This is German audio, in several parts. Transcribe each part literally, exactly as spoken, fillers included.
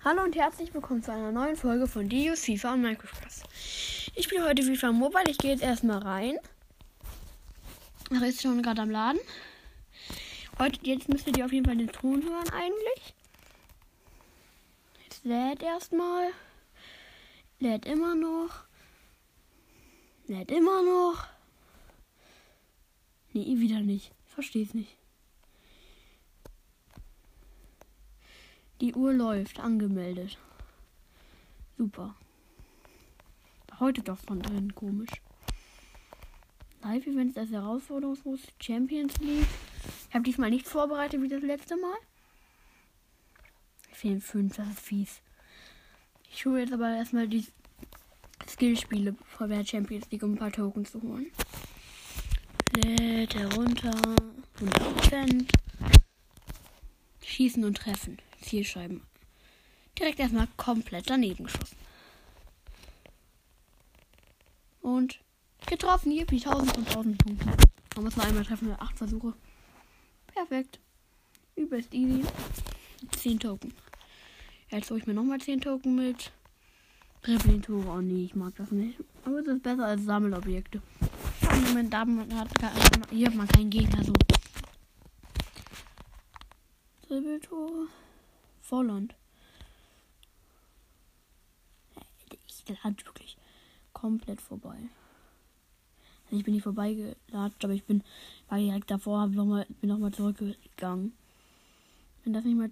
Hallo und herzlich willkommen zu einer neuen Folge von Dios FIFA und Minecraft. Ich spiele heute FIFA Mobile. Ich gehe jetzt erstmal rein. Er ist schon gerade am Laden. Heute, jetzt müsstet ihr auf jeden Fall den Ton hören eigentlich. Jetzt lädt erstmal. Lädt immer noch. Lädt immer noch. Nee, wieder nicht. Ich verstehe es nicht. Die Uhr läuft, angemeldet. Super. Heute doch von drin, komisch. Live-Events als Herausforderungsmodus, Champions League. Ich habe diesmal nicht vorbereitet wie das letzte Mal. Fehlen fünf, das ist fies. Ich hole jetzt aber erstmal die Skillspiele vor der Champions League, um ein paar Tokens zu holen. Lädt herunter. hundert Prozent. Schießen und treffen. Zielscheiben. Direkt erstmal komplett daneben geschossen. Und getroffen. Yippie, tausend von tausend Punkten. Man muss noch einmal treffen, acht Versuche. Perfekt. Übelst easy. zehn Token. Jetzt hole ich mir nochmal zehn Token mit. Dribbling-Tore. Oh nee, ich mag das nicht. Aber es ist besser als Sammelobjekte. Moment, da hat hier hat man keinen Gegner so. Dribbeltore. Volland. Ich lade wirklich komplett vorbei. Also ich bin nicht vorbeigelatscht, aber ich bin war direkt davor, hab noch mal, bin nochmal zurückgegangen. Wenn das nicht mal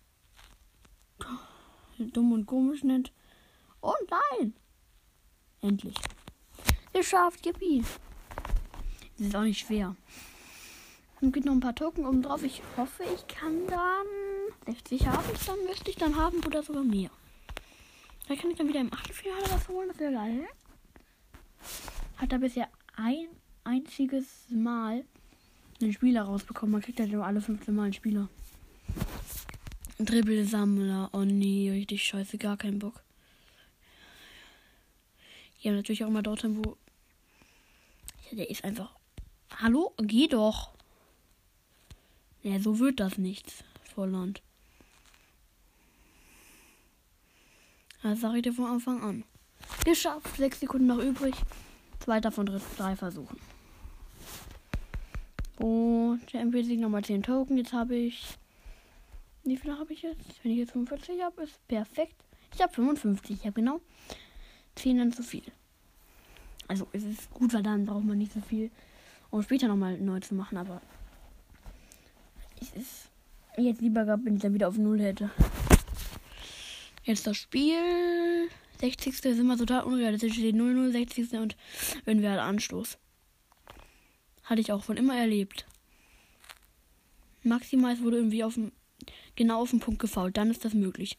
dumm und komisch nennt. Oh nein! Endlich. Geschafft, yippie. Das ist auch nicht schwer. Dann gibt noch ein paar Token oben drauf. Ich hoffe, ich kann dann sechzig haben. Dann müsste ich dann haben oder sogar mehr. Da kann ich dann wieder im Achtelfinale was holen. Das wäre geil. Hat da bisher ein einziges Mal einen Spieler rausbekommen. Man kriegt ja nur alle fünfzehn Mal einen Spieler. Dribbelsammler. Oh nee, richtig scheiße. Gar keinen Bock. Ja, natürlich auch immer dorthin, wo... Ja, der ist einfach... Hallo? Geh doch. Ja, so wird das nichts. Volland. Das sage ich dir von Anfang an. Geschafft. Sechs Sekunden noch übrig. Zweiter von drei, drei Versuchen. Oh, Champions League nochmal zehn Token. Jetzt habe ich... Wie viele habe ich jetzt? Wenn ich jetzt fünfundvierzig habe, ist perfekt. Ich habe fünfundfünfzig. Ich habe genau zehn dann zu viel. Also es ist gut, weil dann braucht man nicht so viel, um später nochmal neu zu machen. Aber es ist jetzt lieber gehabt, wenn ich dann wieder auf null hätte. Jetzt das Spiel. sechzigste ist immer total unrealistisch. Steht null null, sechzigste und wenn wir halt Anstoß. Hatte ich auch von immer erlebt. Maximal es wurde irgendwie auf dem, genau auf den Punkt gefoult. Dann ist das möglich.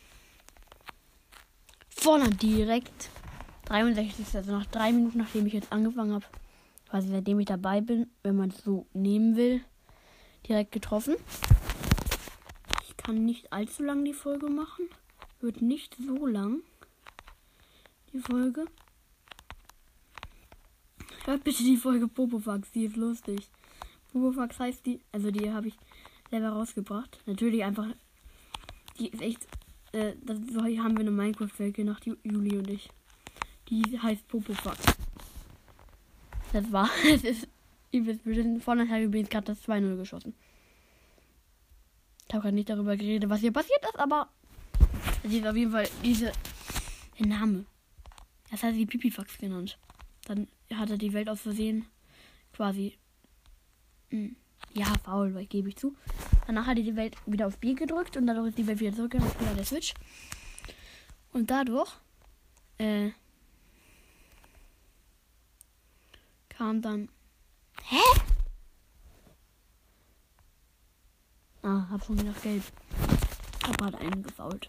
Vorne direkt. dreiundsechzigste Also nach drei Minuten, nachdem ich jetzt angefangen habe. Quasi seitdem ich dabei bin, wenn man es so nehmen will. Direkt getroffen. Ich kann nicht allzu lang die Folge machen. Wird nicht so lang. Die Folge. Hört bitte die Folge Popofax, die ist lustig. Popofax heißt die, also die habe ich selber rausgebracht. Natürlich einfach, die ist echt, äh, das, so haben wir eine Minecraft-Welt gemacht, Juli und ich. Die heißt Popofax. Das war, es ist übelst bestimmt. Vorne habe ich übrigens gerade das zwei null geschossen. Ich habe gerade nicht darüber geredet, was hier passiert ist, aber sie ist auf jeden Fall diese, der Name. Das hat sie Pipifax genannt. Dann hat er die Welt aus Versehen quasi, mh, ja, faul, weil gebe ich zu. Danach hat er die Welt wieder auf B gedrückt und dadurch ist die Welt wieder zurückgegangen auf der Switch. Und dadurch, äh, kam dann... Hä? Ah, hab schon wieder gelb. Hab gerade einen gefault.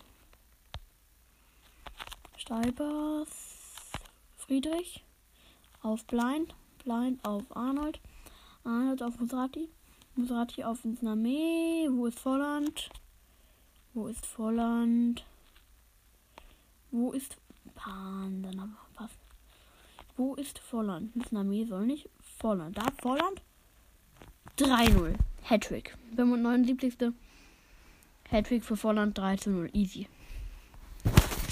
Steibers. Friedrich. Auf Blind. Blind auf Arnold. Arnold auf Musrati. Musrati auf Name. Wo ist Volland? Wo ist Volland? Wo ist Pan? Dann haben wir passt. Wo ist Volland? Name soll nicht Volland. Da Volland. drei null. Hattrick. fünfundneunzigste Hattrick für Volland. drei zu null. Easy.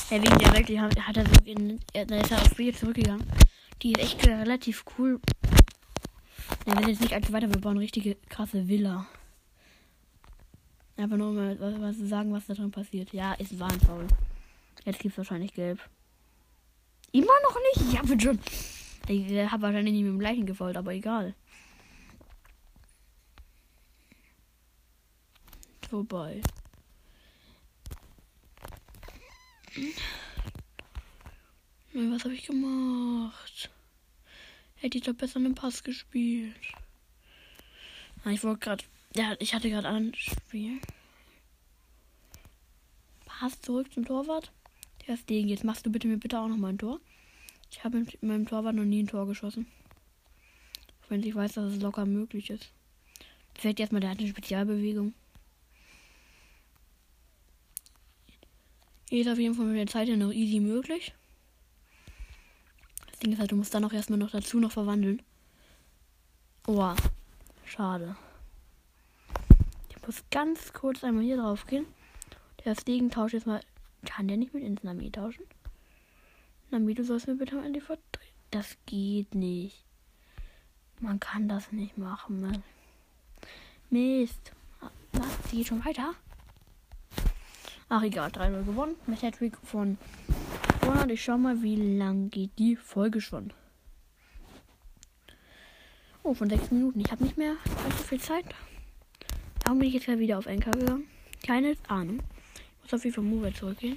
Ja, wegen der Welt, die hat, hat er so in, er, da ist er auf Spiele zurückgegangen. Die ist echt relativ cool. Ja, wenn jetzt nicht allzu weiter, wir bauen eine richtige krasse Villa. Einfach nur mal was, was zu sagen, was da drin passiert. Ja, ist war ein Foul. Jetzt gibt's wahrscheinlich gelb. Immer noch nicht? Ja, bitte schon. Ich äh, habe wahrscheinlich nicht mit dem gleichen gefolgt, aber egal. Vorbei. Was habe ich gemacht? Hätte ich doch besser einen Pass gespielt. Ah, ich wollte gerade... Ja, ich hatte gerade ein Spiel. Pass zurück zum Torwart. Der ist Degen. Jetzt machst du bitte mir bitte auch noch mal ein Tor. Ich habe mit meinem Torwart noch nie ein Tor geschossen. Auch wenn ich weiß, dass es locker möglich ist. Vielleicht erstmal, der hat eine Spezialbewegung. Hier ist auf jeden Fall mit der Zeit ja noch easy möglich. Das Ding ist halt, du musst dann auch erstmal noch dazu noch verwandeln. Oh, schade. Ich muss ganz kurz einmal hier drauf gehen. Der Stegen tauscht jetzt mal. Kann der nicht mit ins Nami tauschen? Nami, du sollst mir bitte mal in die Vertretung. Das geht nicht. Man kann das nicht machen, Mann. Mist. Was? Sie geht schon weiter? Ach egal, drei null gewonnen. Mit Hattrick von Ronald. Ich schau mal, wie lang geht die Folge schon. Oh, von sechs Minuten. Ich habe nicht mehr so viel Zeit. Darum bin ich jetzt wieder auf Anchor gegangen. Keine Ahnung. Ich muss auf jeden Fall Move zurückgehen.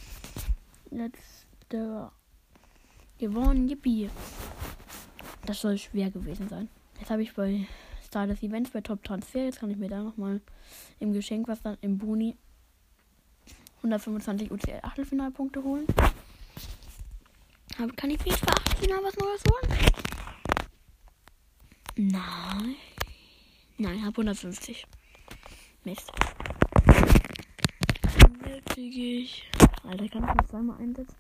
Letzte. Gewonnen, yippie. Das soll schwer gewesen sein. Jetzt habe ich bei Star des Events bei Top Transfer. Jetzt kann ich mir da nochmal im Geschenk, was dann im Boni hundertfünfundzwanzig U C L-Achtelfinalpunkte holen. Aber kann ich jetzt für Achtelfinal was Neues holen? Nein. Nein, hab hundertfünfzig. Mist. Dann kriege ich. Alter, kann ich noch zweimal einsetzen?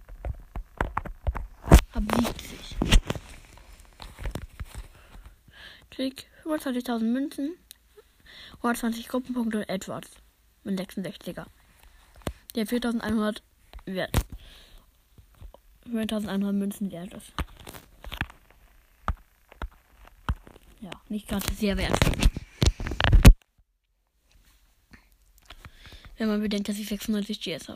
Hab siebzig. Krieg fünfundzwanzigtausend Münzen. hundertzwanzig Gruppenpunkte und Edwards. Mit sechsundsechziger. Der viertausendeinhundert wert. viertausendeinhundert Münzen wert ist. Ja, nicht gerade sehr wertvoll. Wenn man bedenkt, dass ich sechsundneunzig G S habe.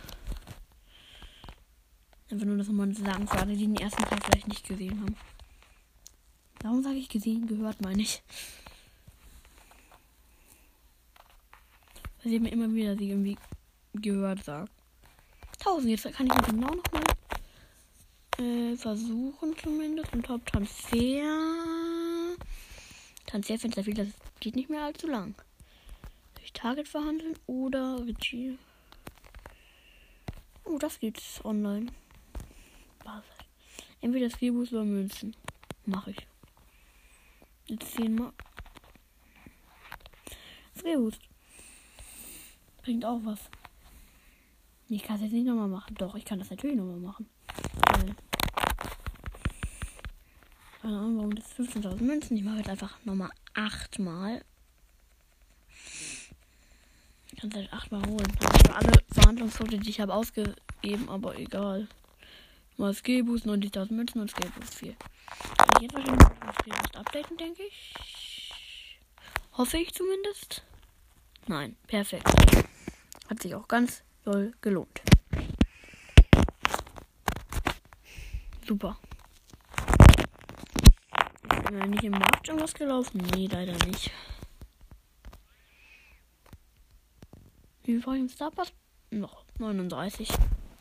Einfach nur, dass man sagen für alle, die den ersten Teil vielleicht nicht gesehen haben. Warum sage ich gesehen? Gehört, meine ich. Weil sie mir immer wieder sie irgendwie gehört sagt. tausend, jetzt kann ich das genau nochmal äh, versuchen zumindest. Und Top Transfer. Transferfenster viel, das geht nicht mehr allzu lang. Durch Target verhandeln oder Richie. Oh, das geht's online. Basel. Entweder Skillboost oder Münzen. Mache ich. Jetzt zehnmal. Skillboost. Bringt auch was. Ich kann es jetzt nicht nochmal machen. Doch, ich kann das natürlich nochmal machen. Weil keine Ahnung, warum das fünfzehntausend Münzen. Ich mache jetzt einfach nochmal achtmal. Ich kann es halt achtmal holen. Für alle Verhandlungsquote, die ich habe ausgegeben, aber egal. Mal Skillboost neunzigtausend Münzen und Skillboost vier. Kann ich jetzt wahrscheinlich das Skillboost updaten, denke ich. Hoffe ich zumindest. Nein, perfekt. Hat sich auch ganz doll gelohnt. Super. Ist mir nicht im Markt irgendwas gelaufen? Nee, leider nicht. Wie viel war ich im Starpass? Noch neununddreißig.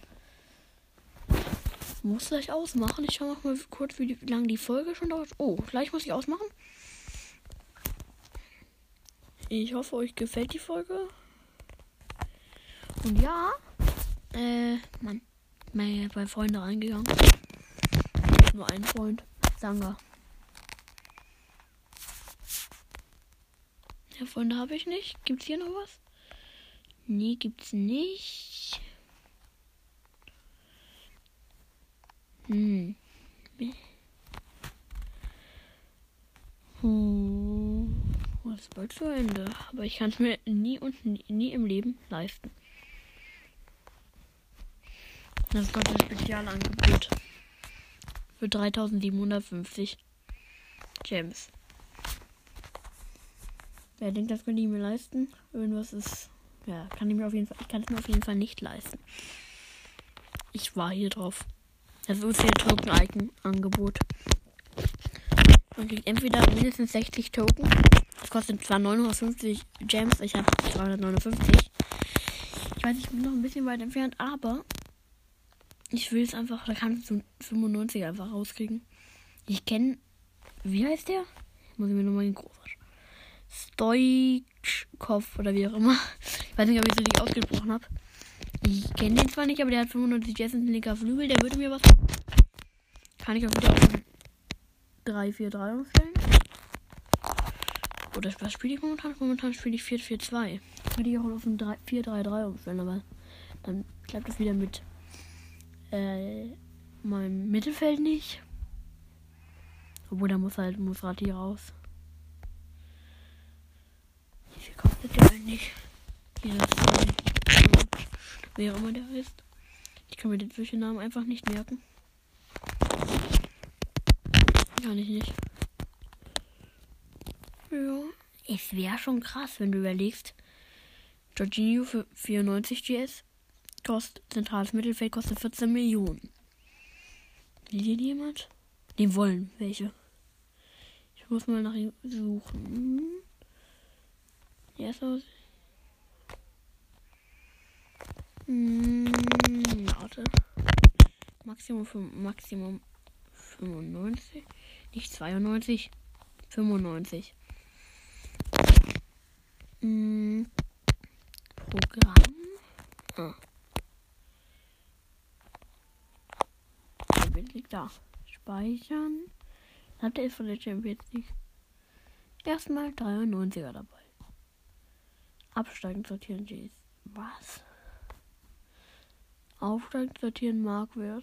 Muss gleich ausmachen. Ich schau mal kurz, wie, wie lange die Folge schon dauert. Oh, gleich muss ich ausmachen. Ich hoffe, euch gefällt die Folge. Und ja, äh, Mann, meine bei Freunde reingegangen. Nur ein Freund, Sanga. Ja, Freunde habe ich nicht. Gibt's hier noch was? Nee, gibt's nicht. Hm. Hm. Das ist bald zu Ende. Aber ich kann es mir nie und nie, nie im Leben leisten. Das kommt ein Spezialangebot. Für dreitausendsiebenhundertfünfzig Gems. Wer denkt, das könnte ich mir leisten? Irgendwas ist. Ja, kann ich mir auf jeden Fall. Ich kann es mir auf jeden Fall nicht leisten. Ich war hier drauf. Das U C-Token-Icon-Angebot. Man kriegt entweder mindestens sechzig Token. Das kostet zwar neunhundertfünfzig Gems, ich habe zweihundertneunundfünfzig. Ich weiß, ich bin noch ein bisschen weit entfernt, aber ich will es einfach, da kannst du fünfundneunzig einfach rauskriegen. Ich kenne, wie heißt der? Muss ich mir nochmal den Groß Stoichkov oder wie auch immer. Ich weiß nicht, ob ich es richtig ausgesprochen habe. Ich kenne den zwar nicht, aber der hat fünfundneunzig Jets und ein linker Flügel. Der würde mir was. Kann ich auch wieder auf drei vier drei umstellen. Oder was spiele ich momentan? Momentan spiele ich vier vier zwei. Könnte ich auch auf ein vier drei drei umstellen, aber dann klappt das wieder mit äh, meinem Mittelfeld nicht. Obwohl, da muss halt Musrati raus. Wie viel kostet der eigentlich? Dieses, wer auch immer der heißt. Ich kann mir den Zwischennamen einfach nicht merken. Kann ich nicht. Ja. Es wäre schon krass, wenn du überlegst. Jorginho für vierundneunzig G S. Kostet, zentrales Mittelfeld kostet vierzehn Millionen. Will den jemand? Den wollen welche. Ich muss mal nach ihm suchen. Ja, so. Hm, warte. Maximum, Maximum fünfundneunzig. Nicht zweiundneunzig. fünfundneunzig. Hm, Programm. Ah. Champions League da. Speichern. Habt ihr es von der Champions League? Erstmal dreiundneunziger dabei. Absteigen sortieren Gs. Was? Aufsteigen sortieren Marktwert.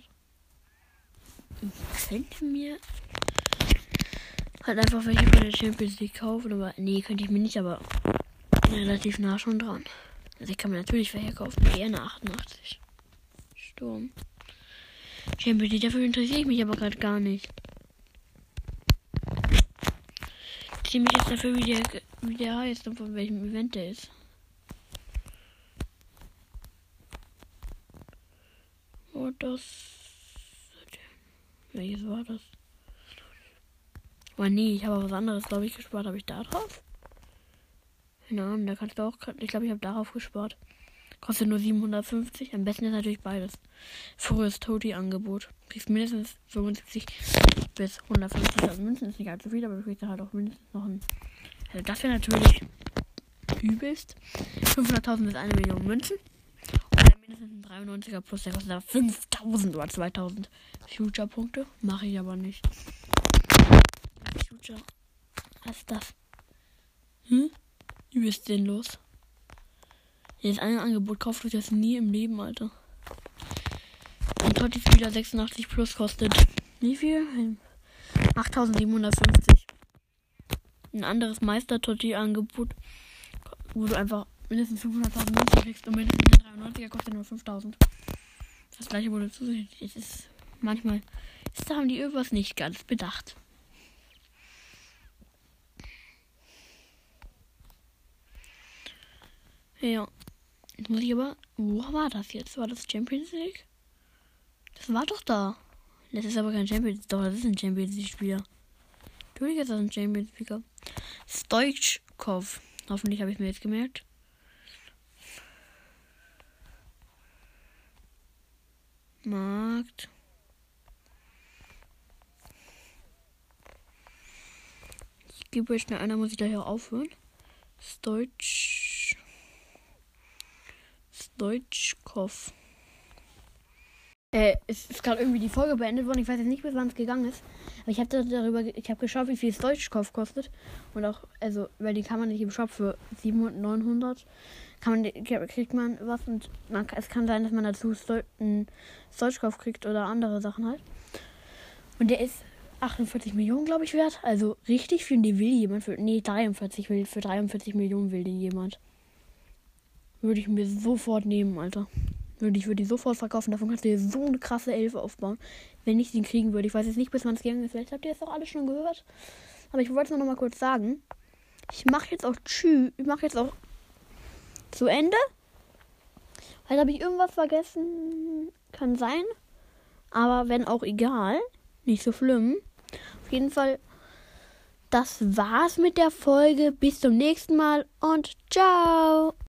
Ich könnte mir halt einfach welche von der Champions League kaufen, aber nee, könnte ich mir nicht, aber relativ nah schon dran. Also ich kann mir natürlich welche kaufen. Eher eine achtundachtzig. Sturm. Champions League, dafür interessiere ich mich aber gerade gar nicht. Ich sehe mich jetzt dafür, wie der, wie der heißt und von welchem Event der ist. Oh, das. Welches war das? Oh nee, ich habe was anderes, glaube ich, gespart. Habe ich da drauf? Keine Ahnung, da kannst du auch. Ich glaube, ich habe darauf gespart. Kostet nur siebenhundertfünfzig. Am besten ist natürlich beides. Frühes Toti-Angebot. Du kriegst mindestens fünfundsiebzig bis hundertfünfzig Münzen. Ist nicht allzu viel, aber du kriegst halt auch mindestens noch ein. Also das wäre natürlich übelst. fünfhunderttausend bis eine Million Münzen. Und dann mindestens ein dreiundneunziger plus. Der kostet aber fünftausend oder zweitausend Future-Punkte. Mache ich aber nicht. Future. Was ist das? Hm? Wie ist denn los? Jetzt ein Angebot, kauft euch das nie im Leben, Alter. Ein Totti-Spieler sechsundachtzig plus kostet wie viel? achttausendsiebenhundertfünfzig. Ein anderes Meister-Totti-Angebot, wo du einfach mindestens fünfhunderttausend Münzen kriegst und mindestens ein dreiundneunziger kostet nur fünftausend. Das gleiche wurde zusätzlich. Es ist manchmal, ist, da haben die irgendwas nicht ganz bedacht. Ja. Jetzt muss ich aber. Wo war das jetzt? War das Champions League? Das war doch da. Das ist aber kein Champions League. Doch, das ist ein Champions League Spieler. Natürlich ist das ein Champions League Spieler. Stoichkov. Hoffentlich habe ich mir jetzt gemerkt. Markt. Ich gebe euch schnell einer, muss ich daher aufhören. Stoich. Stoichkov. Äh, es ist gerade irgendwie die Folge beendet worden. Ich weiß jetzt nicht, bis wann es gegangen ist. Aber ich habe darüber, ich habe geschaut, wie viel Stoichkov kostet. Und auch, also, weil die kann man nicht im Shop für siebenhundert, neunhundert. Kann man, kriegt man was und man, es kann sein, dass man dazu einen Stoichkov kriegt oder andere Sachen halt. Und der ist achtundvierzig Millionen, glaube ich, wert. Also richtig viel, den will jemand für, nee, dreiundvierzig will, für dreiundvierzig Millionen will den jemand. Würde ich mir sofort nehmen, Alter. Würde ich würde die sofort verkaufen. Davon kannst du dir so eine krasse Elfe aufbauen, wenn ich sie kriegen würde. Ich weiß jetzt nicht, bis wann es gegangen ist. Vielleicht habt ihr das auch alle schon gehört. Aber ich wollte es noch mal kurz sagen. Ich mache jetzt auch tschüss. Ich mache jetzt auch zu Ende. Vielleicht habe ich irgendwas vergessen. Kann sein. Aber wenn auch egal. Nicht so schlimm. Auf jeden Fall, das war's mit der Folge. Bis zum nächsten Mal und ciao.